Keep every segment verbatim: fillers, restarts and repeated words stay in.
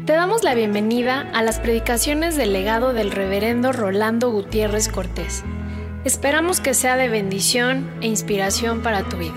Te damos la bienvenida a las predicaciones del legado del reverendo Rolando Gutiérrez Cortés. Esperamos que sea de bendición e inspiración para tu vida.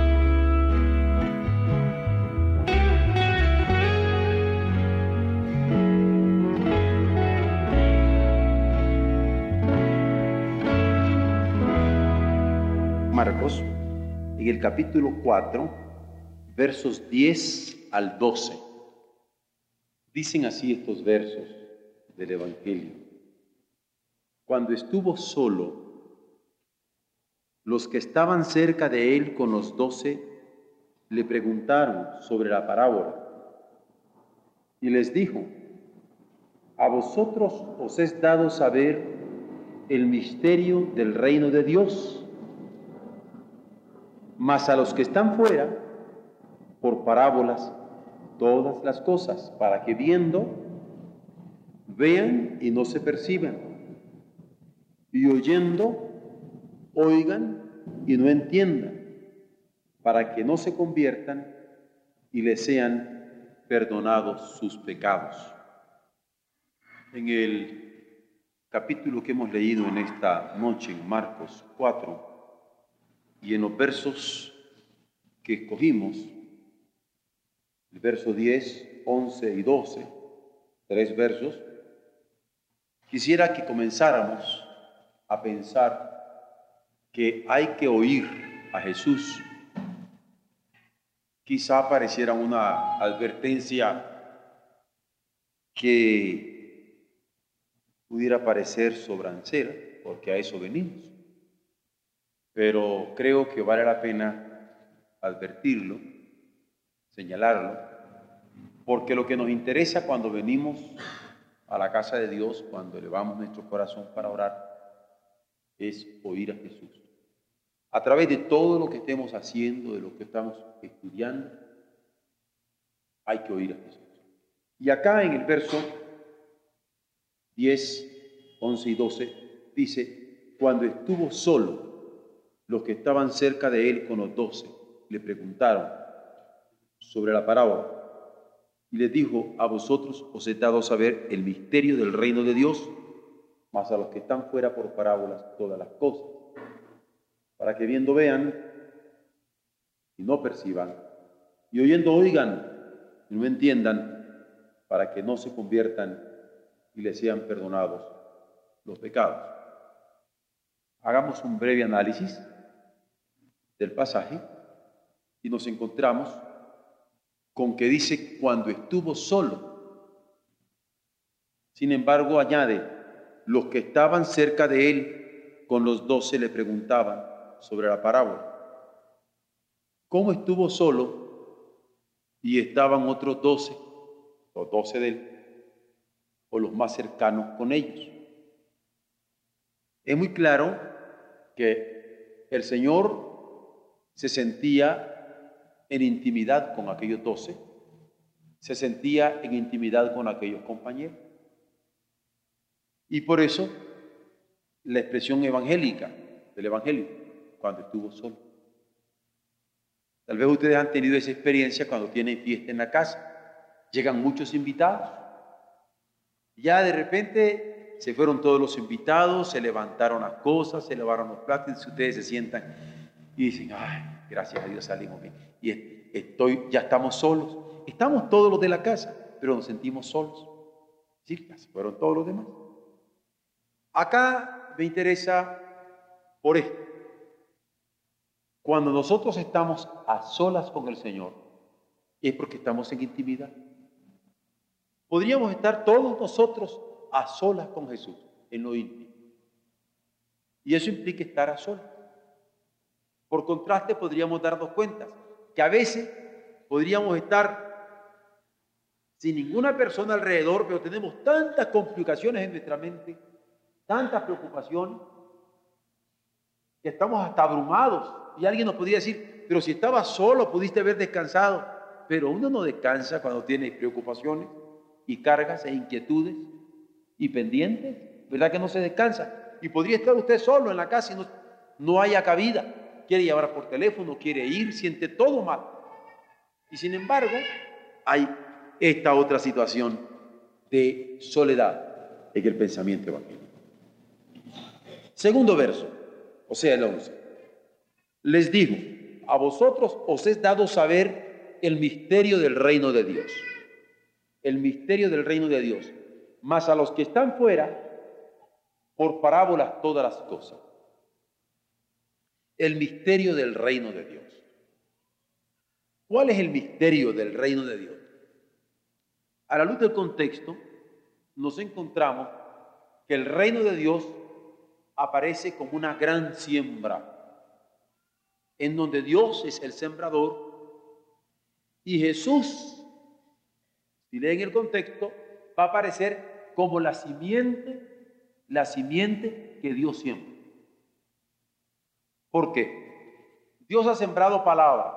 Marcos, en el capítulo cuatro, versos diez al doce. Dicen así estos versos del Evangelio. Cuando estuvo solo, los que estaban cerca de él con los doce le preguntaron sobre la parábola y les dijo: a vosotros os es dado saber el misterio del reino de Dios, mas a los que están fuera, por parábolas, todas las cosas, para que viendo, vean y no se perciban, y oyendo, oigan y no entiendan, para que no se conviertan y les sean perdonados sus pecados. En el capítulo que hemos leído en esta noche, en Marcos cuatro, y en los versos que escogimos, el verso diez, once y doce, tres versos, quisiera que comenzáramos a pensar que hay que oír a Jesús. Quizá pareciera una advertencia que pudiera parecer sobrancera, porque a eso venimos. Pero creo que vale la pena advertirlo, señalarlo, porque lo que nos interesa cuando venimos a la casa de Dios, cuando elevamos nuestro corazón para orar, es oír a Jesús. A través de todo lo que estemos haciendo, de lo que estamos estudiando, hay que oír a Jesús. Y acá en el verso diez, once y doce dice: cuando estuvo solo, los que estaban cerca de él con los doce le preguntaron sobre la parábola y les dijo: a vosotros os he dado a saber el misterio del reino de Dios, mas a los que están fuera por parábolas todas las cosas, para que viendo vean y no perciban, y oyendo oigan y no entiendan, para que no se conviertan y les sean perdonados los pecados. Hagamos un breve análisis del pasaje y nos encontramos con que dice cuando estuvo solo. Sin embargo, añade: los que estaban cerca de él con los doce le preguntaban sobre la parábola. ¿Cómo estuvo solo y estaban otros doce, los doce de él, o los más cercanos con ellos? Es muy claro que el Señor se sentía en intimidad con aquellos doce, se sentía en intimidad con aquellos compañeros. Y por eso la expresión evangélica del Evangelio, cuando estuvo solo. Tal vez ustedes han tenido esa experiencia cuando tienen fiesta en la casa. Llegan muchos invitados. Ya de repente se fueron todos los invitados, se levantaron las cosas, se lavaron los platos, y ustedes se sientan y dicen: ay, gracias a Dios salimos bien. Y estoy, ya estamos solos. Estamos todos los de la casa, pero nos sentimos solos. Sí, se fueron todos los demás. Acá me interesa por esto. Cuando nosotros estamos a solas con el Señor, es porque estamos en intimidad. Podríamos estar todos nosotros a solas con Jesús, en lo íntimo. Y eso implica estar a solas. Por contraste, podríamos darnos cuenta que a veces podríamos estar sin ninguna persona alrededor, pero tenemos tantas complicaciones en nuestra mente, tantas preocupaciones, que estamos hasta abrumados. Y alguien nos podría decir: pero si estabas solo, pudiste haber descansado. Pero uno no descansa cuando tiene preocupaciones y cargas e inquietudes y pendientes, ¿verdad que no se descansa? Y podría estar usted solo en la casa y no, no haya cabida. Quiere llamar por teléfono, quiere ir, siente todo mal. Y sin embargo, hay esta otra situación de soledad en el pensamiento evangélico. Segundo verso, o sea, el once. Les digo, a vosotros os es dado saber el misterio del reino de Dios. El misterio del reino de Dios. Mas a los que están fuera, por parábolas todas las cosas. El misterio del reino de Dios. ¿Cuál es el misterio del reino de Dios? A la luz del contexto, nos encontramos que el reino de Dios aparece como una gran siembra, en donde Dios es el sembrador y Jesús, si leen el contexto, va a aparecer como la simiente, la simiente que Dios siembra. ¿Por qué? Dios ha sembrado palabra,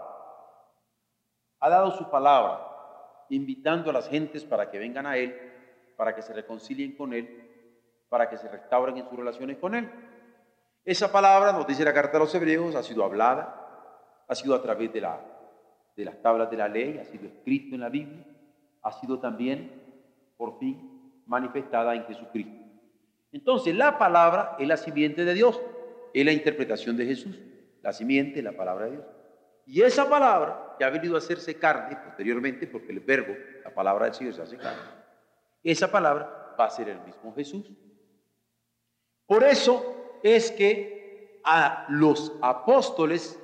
ha dado su palabra, invitando a las gentes para que vengan a Él, para que se reconcilien con Él, para que se restauren en sus relaciones con Él. Esa palabra, nos dice la carta a los hebreos, ha sido hablada, ha sido a través de, la, de las tablas de la ley, ha sido escrito en la Biblia, ha sido también, por fin, manifestada en Jesucristo. Entonces, la palabra es la simiente de Dios, es la interpretación de Jesús, la simiente es la palabra de Dios. Y esa palabra, que ha venido a hacerse carne posteriormente, porque el verbo, la palabra del Señor se hace carne, esa palabra va a ser el mismo Jesús. Por eso es que a los apóstoles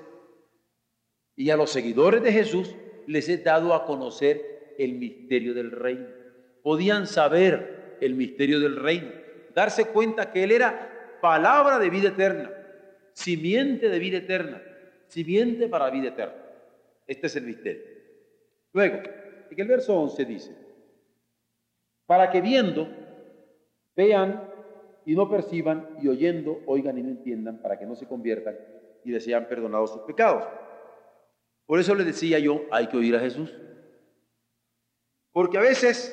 y a los seguidores de Jesús les he dado a conocer el misterio del reino. Podían saber el misterio del reino, darse cuenta que Él era palabra de vida eterna, simiente de vida eterna, simiente para vida eterna. Este es el misterio. Luego, en el verso once dice, para que viendo, vean y no perciban, y oyendo, oigan y no entiendan, para que no se conviertan y les sean perdonados sus pecados. Por eso les decía yo, hay que oír a Jesús. Porque a veces,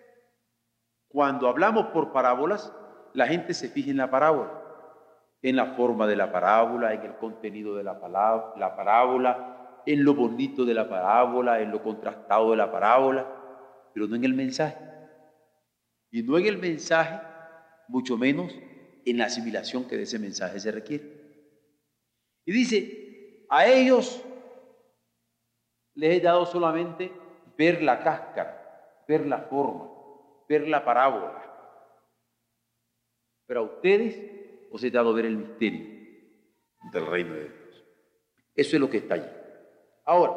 cuando hablamos por parábolas, la gente se fija en la parábola, en la forma de la parábola, en el contenido de la, palabra, la parábola, en lo bonito de la parábola, en lo contrastado de la parábola, pero no en el mensaje. Y no en el mensaje, mucho menos en la asimilación que de ese mensaje se requiere. Y dice, a ellos les he dado solamente ver la cáscara, ver la forma, ver la parábola. Pero a ustedes os he dado ver el misterio del reino de Dios. Eso es lo que está allí. Ahora,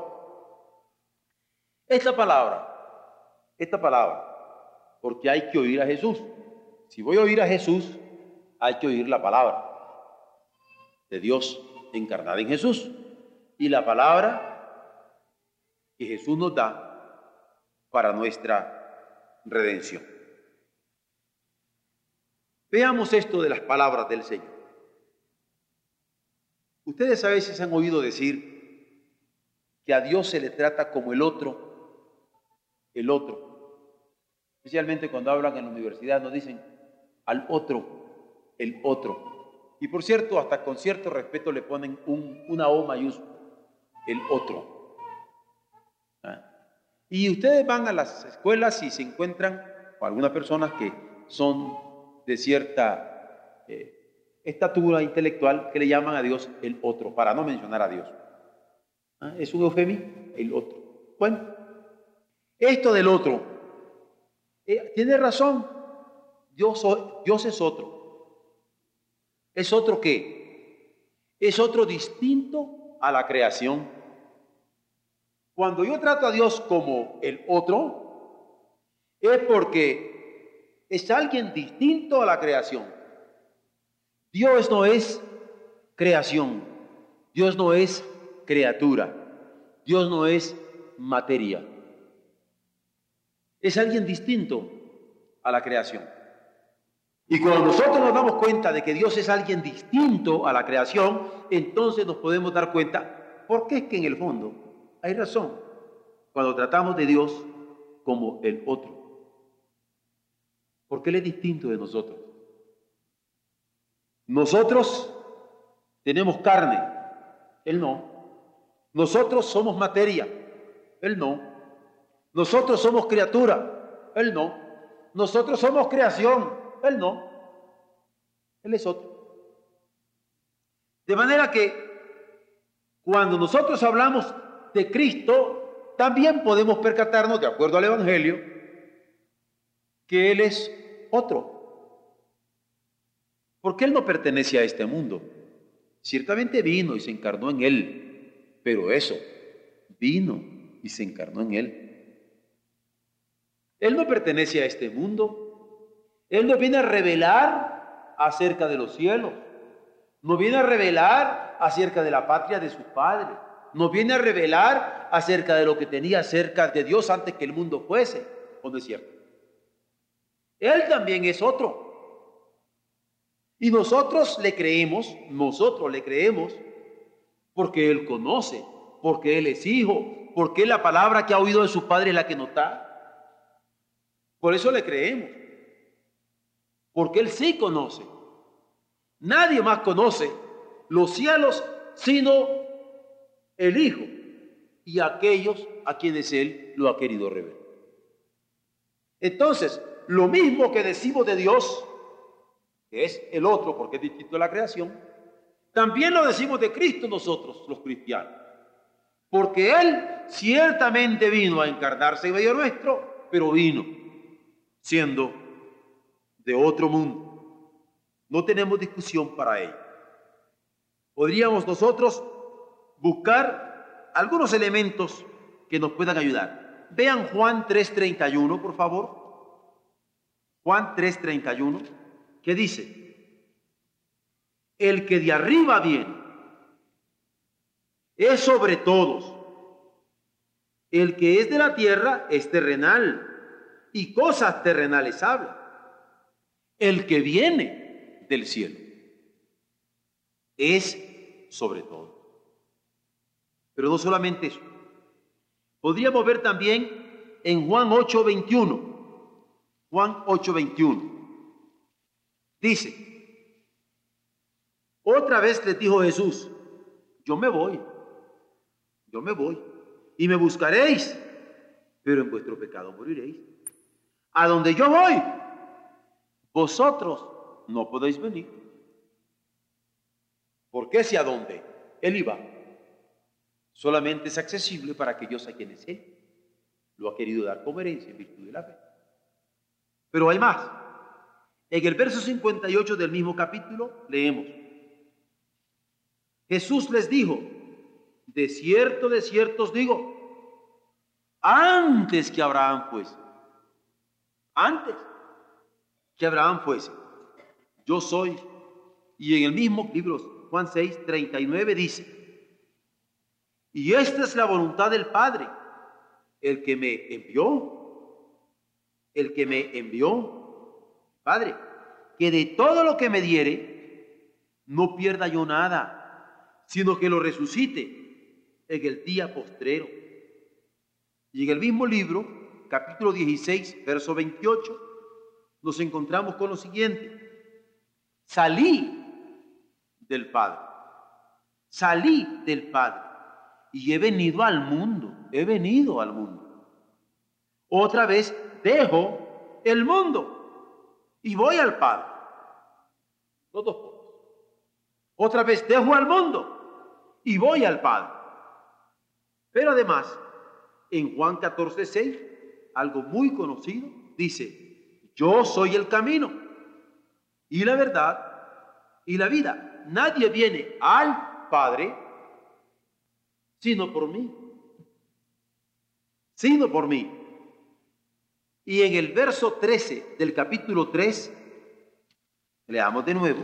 esta palabra, esta palabra, porque hay que oír a Jesús. Si voy a oír a Jesús, hay que oír la palabra de Dios encarnada en Jesús. Y la palabra que Jesús nos da para nuestra redención. Veamos esto de las palabras del Señor. Ustedes a veces han oído decir que a Dios se le trata como el otro, el otro. Especialmente cuando hablan en la universidad nos dicen al otro, el otro. Y por cierto, hasta con cierto respeto le ponen un, una O mayúscula, el otro. ¿Ah? Y ustedes van a las escuelas y se encuentran con algunas personas que son de cierta eh, estatura intelectual que le llaman a Dios el otro, para no mencionar a Dios. ¿Ah? Es un eufemismo, el otro. Bueno, esto del otro, eh, tiene razón, Dios, Dios es otro. ¿Es otro qué? Es otro distinto a la creación. Cuando yo trato a Dios como el otro, es porque es alguien distinto a la creación. Dios no es creación, Dios no es criatura, Dios no es materia. Es alguien distinto a la creación. Y cuando nosotros nos damos cuenta de que Dios es alguien distinto a la creación, entonces nos podemos dar cuenta por qué es que en el fondo hay razón cuando tratamos de Dios como el otro. Porque Él es distinto de nosotros. Nosotros tenemos carne, Él no. Nosotros somos materia, Él no. Nosotros somos criatura, Él no. nosotros somos creación, Él no, Él es otro. De manera que cuando nosotros hablamos de Cristo, también podemos percatarnos, de acuerdo al Evangelio, que Él es otro. Porque Él no pertenece a este mundo. Ciertamente vino y se encarnó en Él, pero eso, vino y se encarnó en Él. Él no pertenece a este mundo. Él nos viene a revelar acerca de los cielos. Nos viene a revelar acerca de la patria de su Padre. Nos viene a revelar acerca de lo que tenía cerca de Dios antes que el mundo fuese. ¿O no es cierto? Él también es otro. Y nosotros le creemos, nosotros le creemos, porque Él conoce, porque Él es hijo, porque la palabra que ha oído de su Padre es la que nos da. Por eso le creemos, porque Él sí conoce. Nadie más conoce los cielos sino el Hijo y aquellos a quienes Él lo ha querido revelar. Entonces, lo mismo que decimos de Dios, que es el otro porque es distinto de la creación, también lo decimos de Cristo nosotros, los cristianos. Porque Él ciertamente vino a encarnarse en medio nuestro, pero vino siendo de otro mundo. No tenemos discusión para ello. Podríamos nosotros buscar algunos elementos que nos puedan ayudar. Vean Juan tres treinta y uno, por favor. Juan tres treinta y uno, que dice: el que de arriba viene es sobre todos. El que es de la tierra es terrenal, y cosas terrenales habla. El que viene del cielo es sobre todo. Pero no solamente eso. Podríamos ver también en Juan ocho veintiuno. Juan ocho veintiuno. Dice: otra vez les dijo Jesús: yo me voy, yo me voy, y me buscaréis, pero en vuestro pecado moriréis. A donde yo voy, vosotros no podéis venir. Porque si a donde Él iba solamente es accesible para aquellos a quienes Él lo ha querido dar como herencia en virtud de la fe. Pero hay más. En el verso cincuenta y ocho del mismo capítulo leemos: Jesús les dijo: de cierto, de cierto os digo, antes que Abraham fuese, antes que Abraham fuese, yo soy. Y en el mismo libro, Juan seis treinta y nueve dice: y esta es la voluntad del Padre, el que me envió, el que me envió, Padre, que de todo lo que me diere, no pierda yo nada, sino que lo resucite en el día postrero. Y en el mismo libro, capítulo dieciséis, verso veintiocho, nos encontramos con lo siguiente: salí del Padre, salí del Padre, y he venido al mundo, he venido al mundo. Otra vez dejo el mundo y voy al Padre. Los dos puntos. Otra vez dejo al mundo y voy al Padre. Pero además, en Juan catorce seis, algo muy conocido, dice: yo soy el camino y la verdad y la vida. Nadie viene al Padre sino por mí, sino por mí. Y en el verso trece del capítulo tres, leamos de nuevo,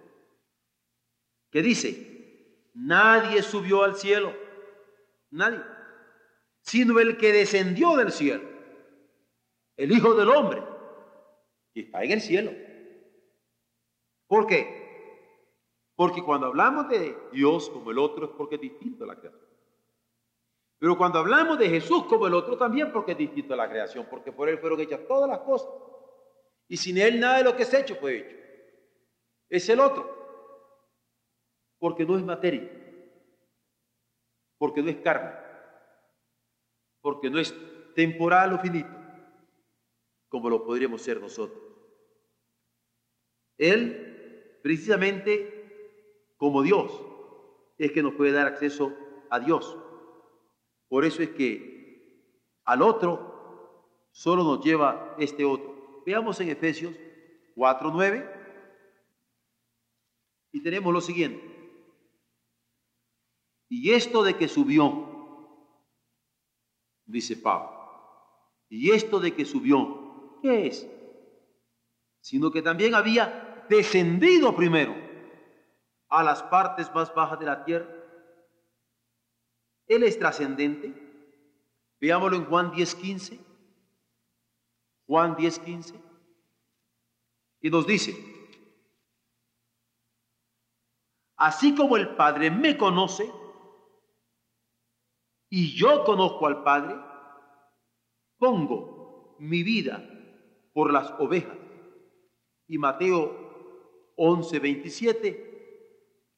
que dice: nadie subió al cielo, nadie, sino el que descendió del cielo, el Hijo del Hombre, que está en el cielo. ¿Por qué? Porque cuando hablamos de Dios como el otro es porque es distinto a la creación. Pero cuando hablamos de Jesús como el otro también porque es distinto a la creación, porque por Él fueron hechas todas las cosas. Y sin Él nada de lo que es hecho fue hecho. Es el otro. Porque no es materia. Porque no es carne. Porque no es temporal o finito. como lo podríamos ser nosotros. Él, precisamente como Dios, es que nos puede dar acceso a Dios. Por eso es que al otro solo nos lleva este otro. Veamos en Efesios cuatro nueve y tenemos lo siguiente. Y esto de que subió, dice Pablo, y esto de que subió, ¿qué es? Sino que también había descendido primero a las partes más bajas de la tierra. Él es trascendente. Veámoslo en Juan diez quince. Juan diez quince. Y nos dice, así como el Padre me conoce y yo conozco al Padre, pongo mi vida por las ovejas. Y Mateo once veintisiete,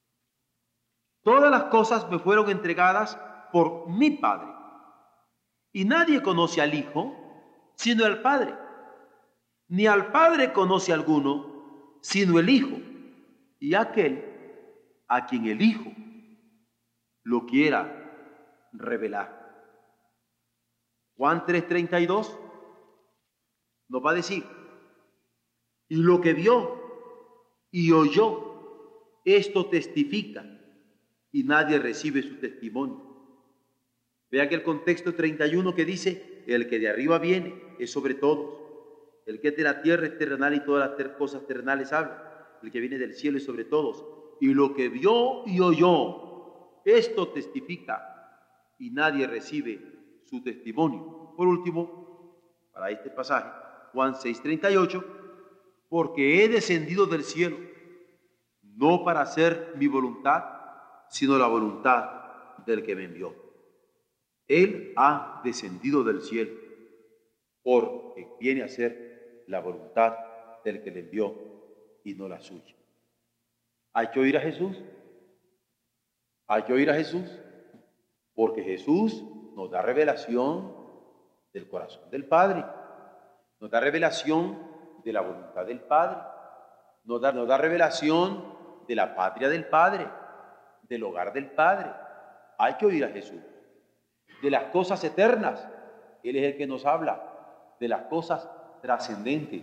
todas las cosas me fueron entregadas por mi Padre, y nadie conoce al Hijo sino al Padre, ni al Padre conoce alguno sino el Hijo, y aquel a quien el Hijo lo quiera revelar. Juan tres treinta y dos nos va a decir, y lo que vio y oyó, esto testifica, y nadie recibe su testimonio. Vea que el contexto treinta y uno que dice, el que de arriba viene es sobre todos, el que es de la tierra es terrenal y todas las cosas terrenales habla, el que viene del cielo es sobre todos, y lo que vio y oyó, esto testifica, y nadie recibe su testimonio. Por último, para este pasaje, Juan seis treinta y ocho, porque he descendido del cielo, no para hacer mi voluntad, sino la voluntad del que me envió. Él ha descendido del cielo, porque viene a hacer la voluntad del que le envió y no la suya. Hay que oír a Jesús, hay que oír a Jesús, porque Jesús nos da revelación del corazón del Padre, nos da revelación de la voluntad del Padre, nos da, nos da revelación de la patria del Padre, del hogar del Padre. Hay que oír a Jesús. De las cosas eternas, Él es el que nos habla. De las cosas trascendentes,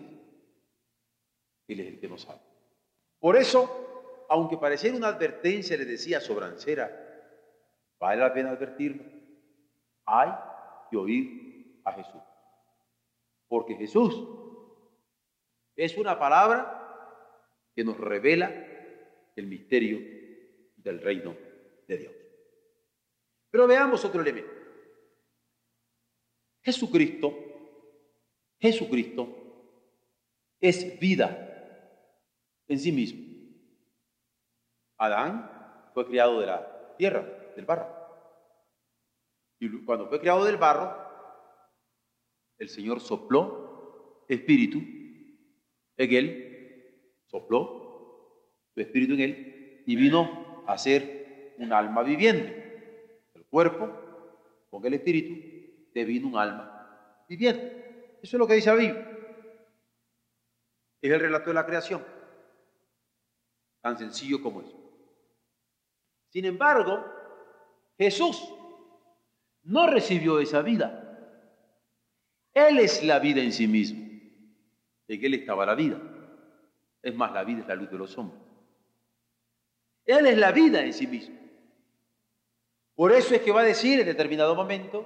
Él es el que nos habla. Por eso, aunque pareciera una advertencia, le decía sobrancera, vale la pena advertirlo. Hay que oír a Jesús. Porque Jesús es una palabra que nos revela el misterio del reino de Dios. Pero veamos otro elemento. Jesucristo, Jesucristo es vida en sí mismo. Adán fue creado de la tierra, del barro. Y cuando fue creado del barro, el Señor sopló espíritu en él, sopló su espíritu en él y vino a ser un alma viviente. El cuerpo con el espíritu devino un alma viviente. Eso es lo que dice la Biblia. Es el relato de la creación, tan sencillo como eso. Sin embargo, Jesús no recibió esa vida. Él es la vida en sí mismo. En Él estaba la vida. Es más, la vida es la luz de los hombres. Él es la vida en sí mismo. Por eso es que va a decir en determinado momento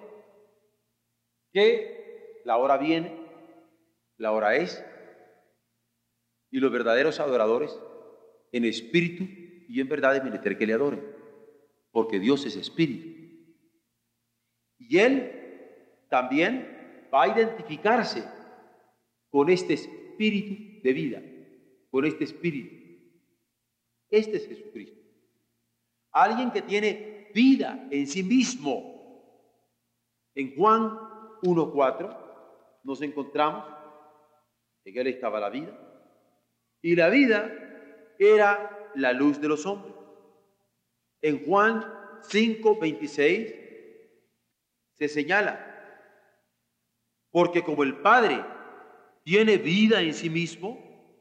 que la hora viene, la hora es, y los verdaderos adoradores en espíritu y en verdad es menester que le adoren, porque Dios es espíritu. Y Él también va a identificarse con este espíritu de vida, con este espíritu. Este es Jesucristo. Alguien que tiene vida en sí mismo. En Juan uno cuatro nos encontramos, en Él estaba la vida, y la vida era la luz de los hombres. En Juan cinco veintiséis se señala, porque como el Padre tiene vida en sí mismo,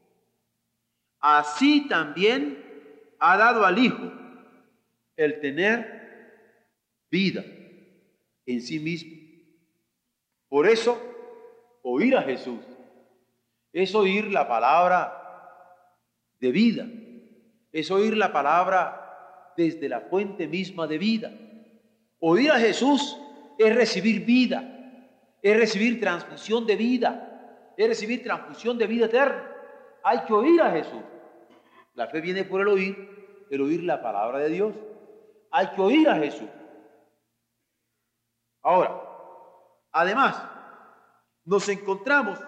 así también ha dado al Hijo el tener vida en sí mismo. Por eso, oír a Jesús es oír la palabra de vida, es oír la palabra desde la fuente misma de vida. Oír a Jesús es recibir vida, es recibir transfusión de vida, es recibir transfusión de vida eterna. Hay que oír a Jesús. La fe viene por el oír, el oír la palabra de Dios. Hay que oír a Jesús. Ahora, además, nos encontramos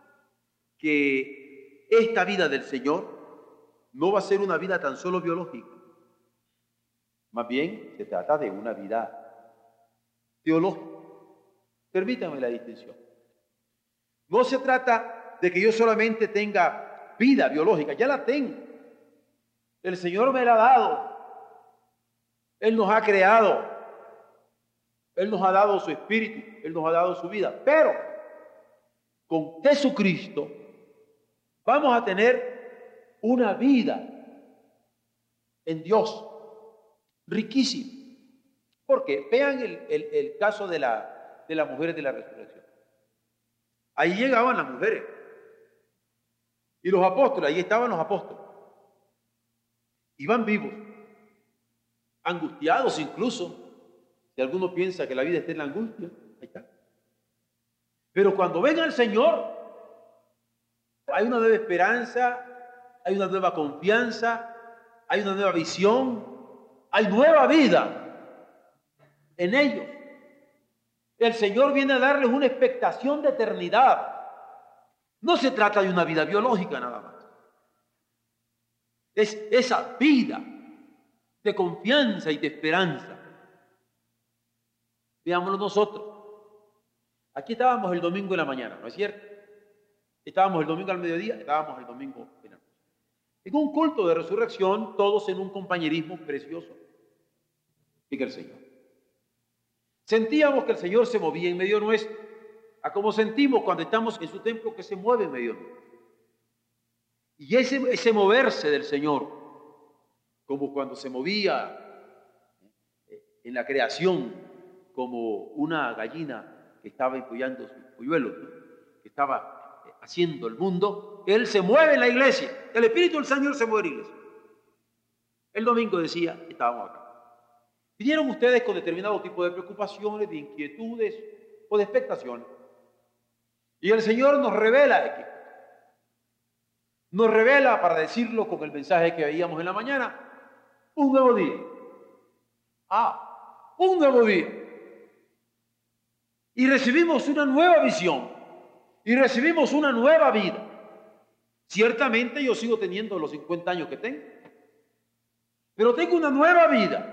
que esta vida del Señor no va a ser una vida tan solo biológica. Más bien, se trata de una vida teológica. Permítanme la distinción. No se trata de que yo solamente tenga vida biológica, ya la tengo. El Señor me la ha dado. Él nos ha creado. Él nos ha dado su espíritu, Él nos ha dado su vida. Pero con Jesucristo vamos a tener una vida en Dios riquísima. Porque vean el, el, el caso de, la, de las mujeres de la resurrección. Ahí llegaban las mujeres. Y los apóstoles, ahí estaban los apóstoles. Iban vivos, angustiados incluso. Si alguno piensa que la vida está en la angustia, ahí está. Pero cuando ven al Señor, hay una nueva esperanza, hay una nueva confianza, hay una nueva visión, hay nueva vida en ellos. El Señor viene a darles una expectación de eternidad. No se trata de una vida biológica nada más. Es esa vida de confianza y de esperanza. Veámoslo nosotros. Aquí estábamos el domingo en la mañana, ¿no es cierto? Estábamos el domingo al mediodía, estábamos el domingo en la noche. En un culto de resurrección, todos en un compañerismo precioso. Y que el Señor. Sentíamos que el Señor se movía en medio nuestro, a como sentimos cuando estamos en su templo que se mueve en medio nuestro. Y ese, ese moverse del Señor, como cuando se movía en la creación, como una gallina que estaba empollando sus polluelos, ¿no? Que estaba haciendo el mundo, Él se mueve en la iglesia. El Espíritu del Señor se mueve en la iglesia. El domingo decía, estábamos acá. Vinieron ustedes con determinado tipo de preocupaciones, de inquietudes o de expectaciones. Y el Señor nos revela que nos revela, para decirlo con el mensaje que veíamos en la mañana, un nuevo día. Ah, un nuevo día. Y recibimos una nueva visión. Y recibimos una nueva vida. Ciertamente yo sigo teniendo los cincuenta años que tengo. Pero tengo una nueva vida.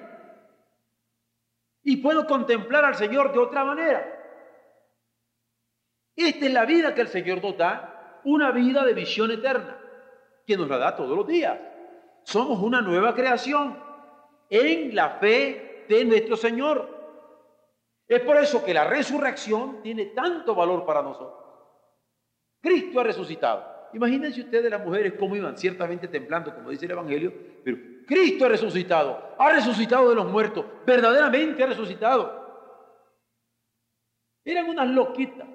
Y puedo contemplar al Señor de otra manera. Esta es la vida que el Señor nos da. Una vida de visión eterna. Que nos la da todos los días. Somos una nueva creación. En la fe de nuestro Señor. Es por eso que la resurrección tiene tanto valor para nosotros. Cristo ha resucitado. Imagínense ustedes las mujeres cómo iban, ciertamente temblando, como dice el Evangelio, pero Cristo ha resucitado, ha resucitado de los muertos, verdaderamente ha resucitado. Eran unas loquitas.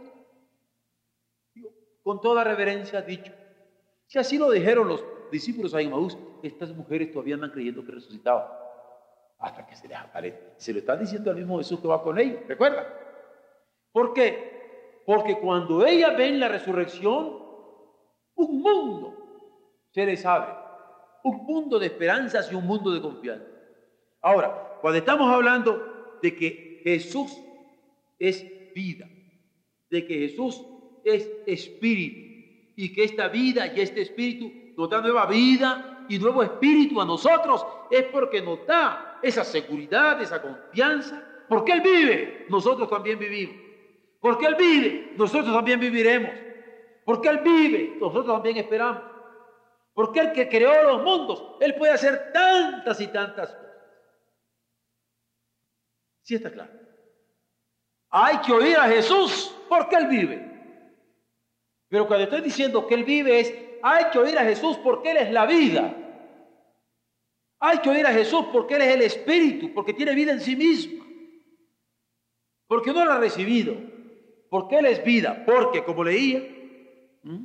Con toda reverencia dicho, si así lo dijeron los discípulos a Emmaús, estas mujeres todavía andan creyendo que resucitaba. Hasta que se les aparece. Se lo está diciendo al mismo Jesús que va con ellos, ¿recuerda? ¿Por qué? Porque cuando ellas ven la resurrección, un mundo se les abre. Un mundo de esperanzas y un mundo de confianza. Ahora, cuando estamos hablando de que Jesús es vida, de que Jesús es espíritu, y que esta vida y este espíritu nos da nueva vida y nuevo espíritu a nosotros, es porque nos da esa seguridad, esa confianza, porque Él vive, nosotros también vivimos. Porque Él vive, nosotros también viviremos. Porque Él vive, nosotros también esperamos. Porque el que creó los mundos, Él puede hacer tantas y tantas cosas. Sí está claro. Hay que oír a Jesús porque Él vive. Pero cuando estoy diciendo que Él vive es, hay que oír a Jesús porque Él es la vida. Hay que oír a Jesús porque Él es el Espíritu, porque tiene vida en sí mismo. Porque no la ha recibido, porque Él es vida, porque como leía, ¿m?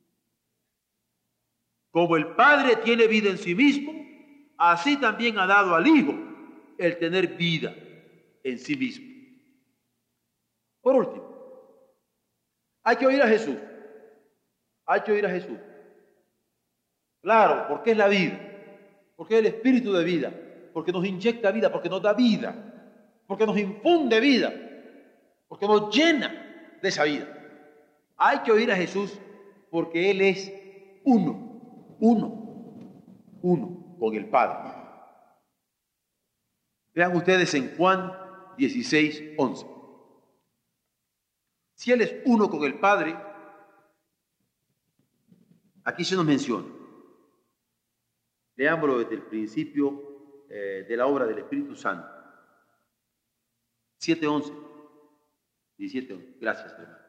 como el Padre tiene vida en sí mismo, así también ha dado al Hijo el tener vida en sí mismo. Por último, hay que oír a Jesús. Hay que oír a Jesús. Claro, porque es la vida, porque es el Espíritu de vida, porque nos inyecta vida, porque nos da vida, porque nos infunde vida, porque nos llena de esa vida. Hay que oír a Jesús porque Él es uno, uno, uno con el Padre. Vean ustedes en Juan dieciséis, once. Si Él es uno con el Padre, aquí se nos menciona. Leámoslo desde el principio eh, de la obra del Espíritu Santo. siete, once. diecisiete, once. Gracias, hermano.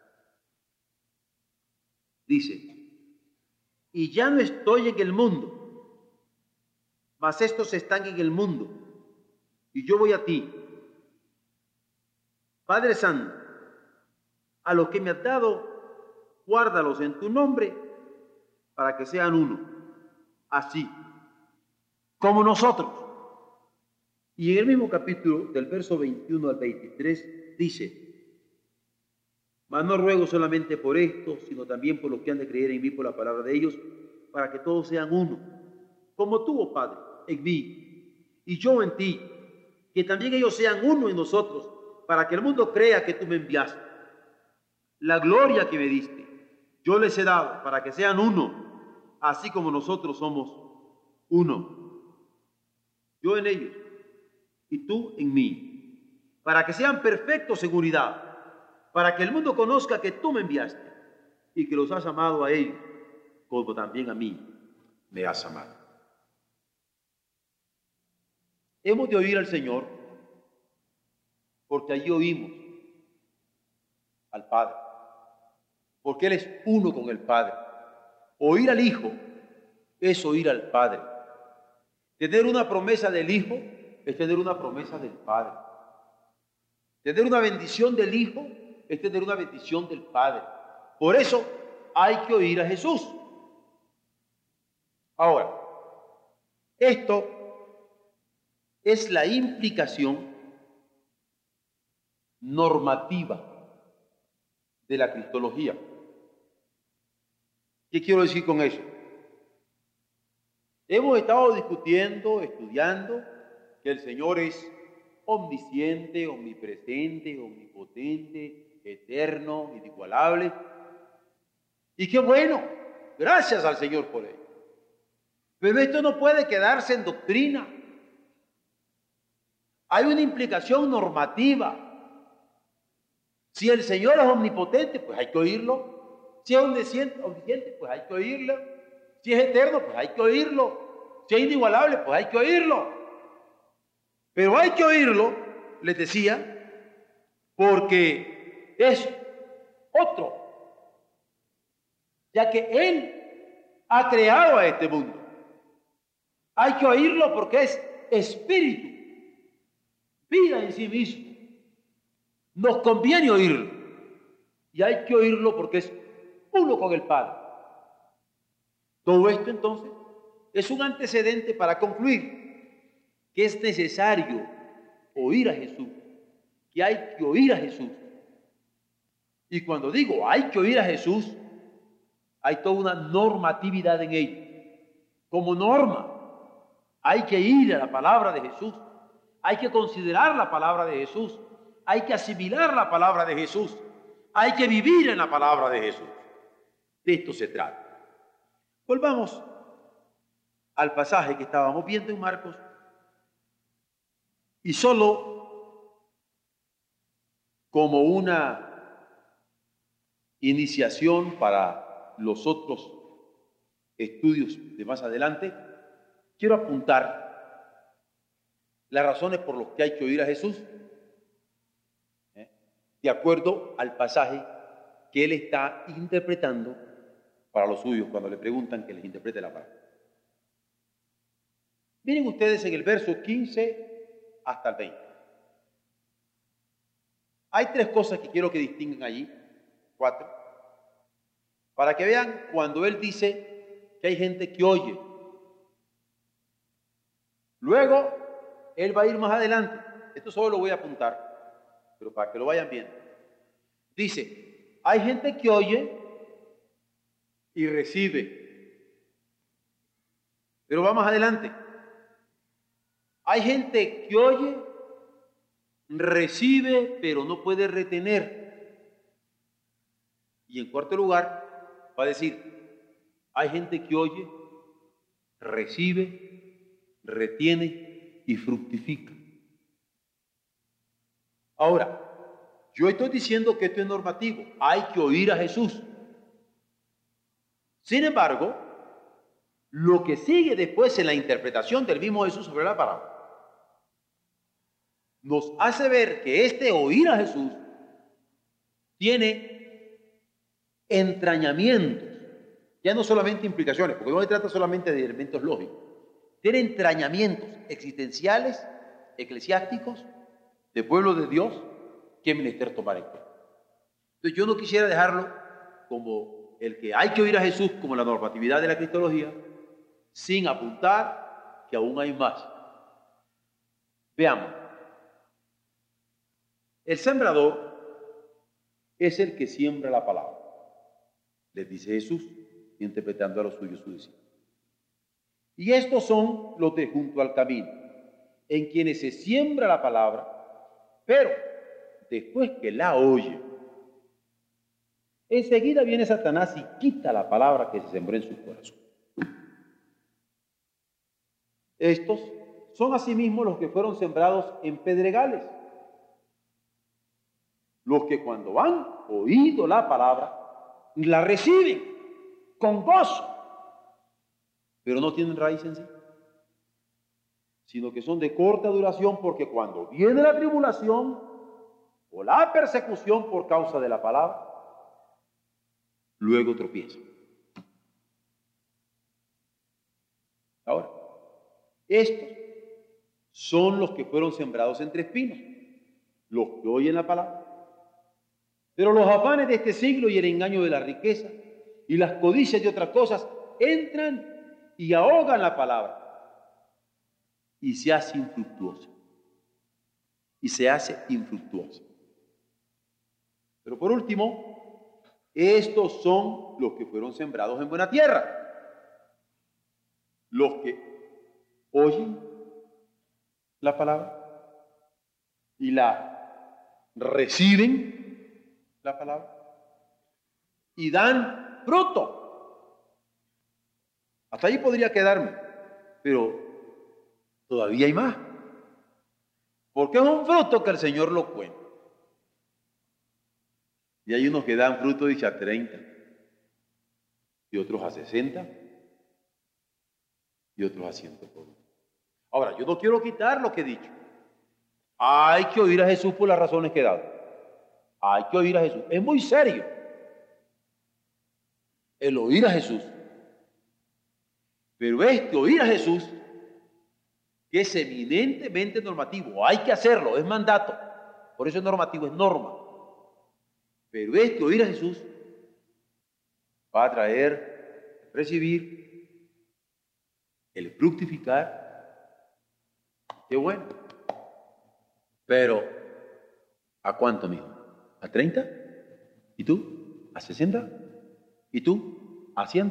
Dice, y ya no estoy en el mundo, mas estos están en el mundo, y yo voy a ti. Padre Santo, a los que me has dado, guárdalos en tu nombre, para que sean uno, así como nosotros. Y en el mismo capítulo, del verso veintiuno al veintitrés, dice, mas no ruego solamente por esto, sino también por los que han de creer en mí por la palabra de ellos, para que todos sean uno, como tú, oh Padre, en mí, y yo en ti, que también ellos sean uno en nosotros, para que el mundo crea que tú me enviaste. La gloria que me diste, yo les he dado, para que sean uno, así como nosotros somos uno. Yo en ellos y tú en mí, para que sean perfectos en unidad, para que el mundo conozca que tú me enviaste y que los has amado a ellos, como también a mí me has amado. Hemos de oír al Señor, porque allí oímos al Padre, porque Él es uno con el Padre. Oír al Hijo es oír al Padre. Tener una promesa del Hijo es tener una promesa del Padre. Tener una bendición del Hijo es tener una bendición del Padre. Por eso hay que oír a Jesús. Ahora, esto es la implicación normativa de la cristología. ¿Qué quiero decir con eso? Hemos estado discutiendo, estudiando, que el Señor es omnisciente, omnipresente, omnipotente, eterno, inigualable. Y qué bueno, gracias al Señor por ello. Pero esto no puede quedarse en doctrina. Hay una implicación normativa. Si el Señor es omnipotente, pues hay que oírlo. Si es omnisciente, omnisciente, pues hay que oírlo. Si es eterno, pues hay que oírlo. Si es inigualable, pues hay que oírlo. Pero hay que oírlo, les decía, porque es otro. Ya que Él ha creado a este mundo. Hay que oírlo porque es espíritu, vida en sí mismo. Nos conviene oírlo. Y hay que oírlo porque es uno con el Padre. Todo esto entonces es un antecedente para concluir que es necesario oír a Jesús, que hay que oír a Jesús. Y cuando digo hay que oír a Jesús, hay toda una normatividad en ello. Como norma, hay que ir a la palabra de Jesús, hay que considerar la palabra de Jesús, hay que asimilar la palabra de Jesús, hay que vivir en la palabra de Jesús. De esto se trata. Volvamos al pasaje que estábamos viendo en Marcos y solo como una iniciación para los otros estudios de más adelante, quiero apuntar las razones por las que hay que oír a Jesús, ¿eh? de acuerdo al pasaje que él está interpretando para los suyos cuando le preguntan que les interprete la palabra. Miren ustedes en el verso quince hasta el veinte. Hay tres cosas que quiero que distingan allí, cuatro, para que vean cuando él dice que hay gente que oye. Luego, él va a ir más adelante. Esto solo lo voy a apuntar, pero para que lo vayan viendo. Dice, hay gente que oye y recibe. Pero va más adelante. Hay gente que oye, recibe, pero no puede retener. Y en cuarto lugar, va a decir, hay gente que oye, recibe, retiene y fructifica. Ahora, yo estoy diciendo que esto es normativo. Hay que oír a Jesús. Sin embargo, lo que sigue después en la interpretación del mismo Jesús sobre la palabra nos hace ver que este oír a Jesús tiene entrañamientos, ya no solamente implicaciones, porque no se trata solamente de elementos lógicos, tiene entrañamientos existenciales, eclesiásticos, de pueblo de Dios, que es menester tomar en cuenta. Entonces yo no quisiera dejarlo como el que hay que oír a Jesús como la normatividad de la cristología, sin apuntar que aún hay más. Veamos. El sembrador es el que siembra la palabra, les dice Jesús, interpretando a los suyos su discípulos. Y estos son los de junto al camino, en quienes se siembra la palabra, pero después que la oye, enseguida viene Satanás y quita la palabra que se sembró en su corazón. Estos son asimismo los que fueron sembrados en pedregales, los que cuando han oído la palabra, la reciben con gozo, pero no tienen raíz en sí, sino que son de corta duración, porque cuando viene la tribulación o la persecución por causa de la palabra, luego tropiezan. Ahora, estos son los que fueron sembrados entre espinos, los que oyen la palabra. Pero los afanes de este siglo y el engaño de la riqueza y las codicias de otras cosas entran y ahogan la palabra y se hace infructuosa. Y se hace infructuosa. Pero por último, estos son los que fueron sembrados en buena tierra. Los que oyen la palabra y la reciben la palabra y dan fruto. Hasta ahí podría quedarme, pero todavía hay más, porque es un fruto que el Señor lo cuenta. Y hay unos que dan fruto, dice, a treinta, y otros a sesenta, y otros a ciento por uno. Ahora, yo no quiero quitar lo que he dicho. Hay que oír a Jesús por las razones que he dado. Hay que oír a Jesús. Es muy serio el oír a Jesús. Pero este oír a Jesús, que es eminentemente normativo, hay que hacerlo, es mandato. Por eso es normativo, es norma. Pero este oír a Jesús va a traer, recibir, el fructificar. Qué bueno. Pero, ¿a cuánto, mijo? ¿A treinta? ¿Y tú? ¿A sesenta? ¿Y tú? ¿A cien?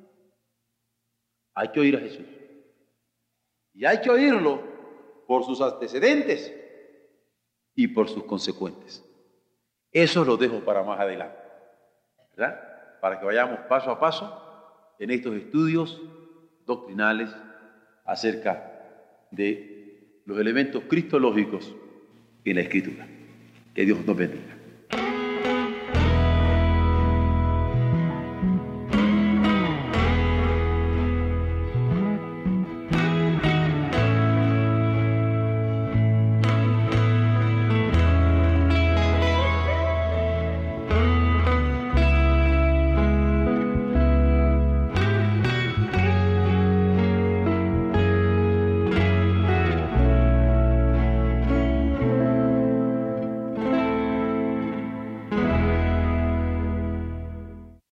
Hay que oír a Jesús. Y hay que oírlo por sus antecedentes y por sus consecuentes. Eso lo dejo para más adelante, ¿verdad? Para que vayamos paso a paso en estos estudios doctrinales acerca de los elementos cristológicos en la Escritura. Que Dios nos bendiga.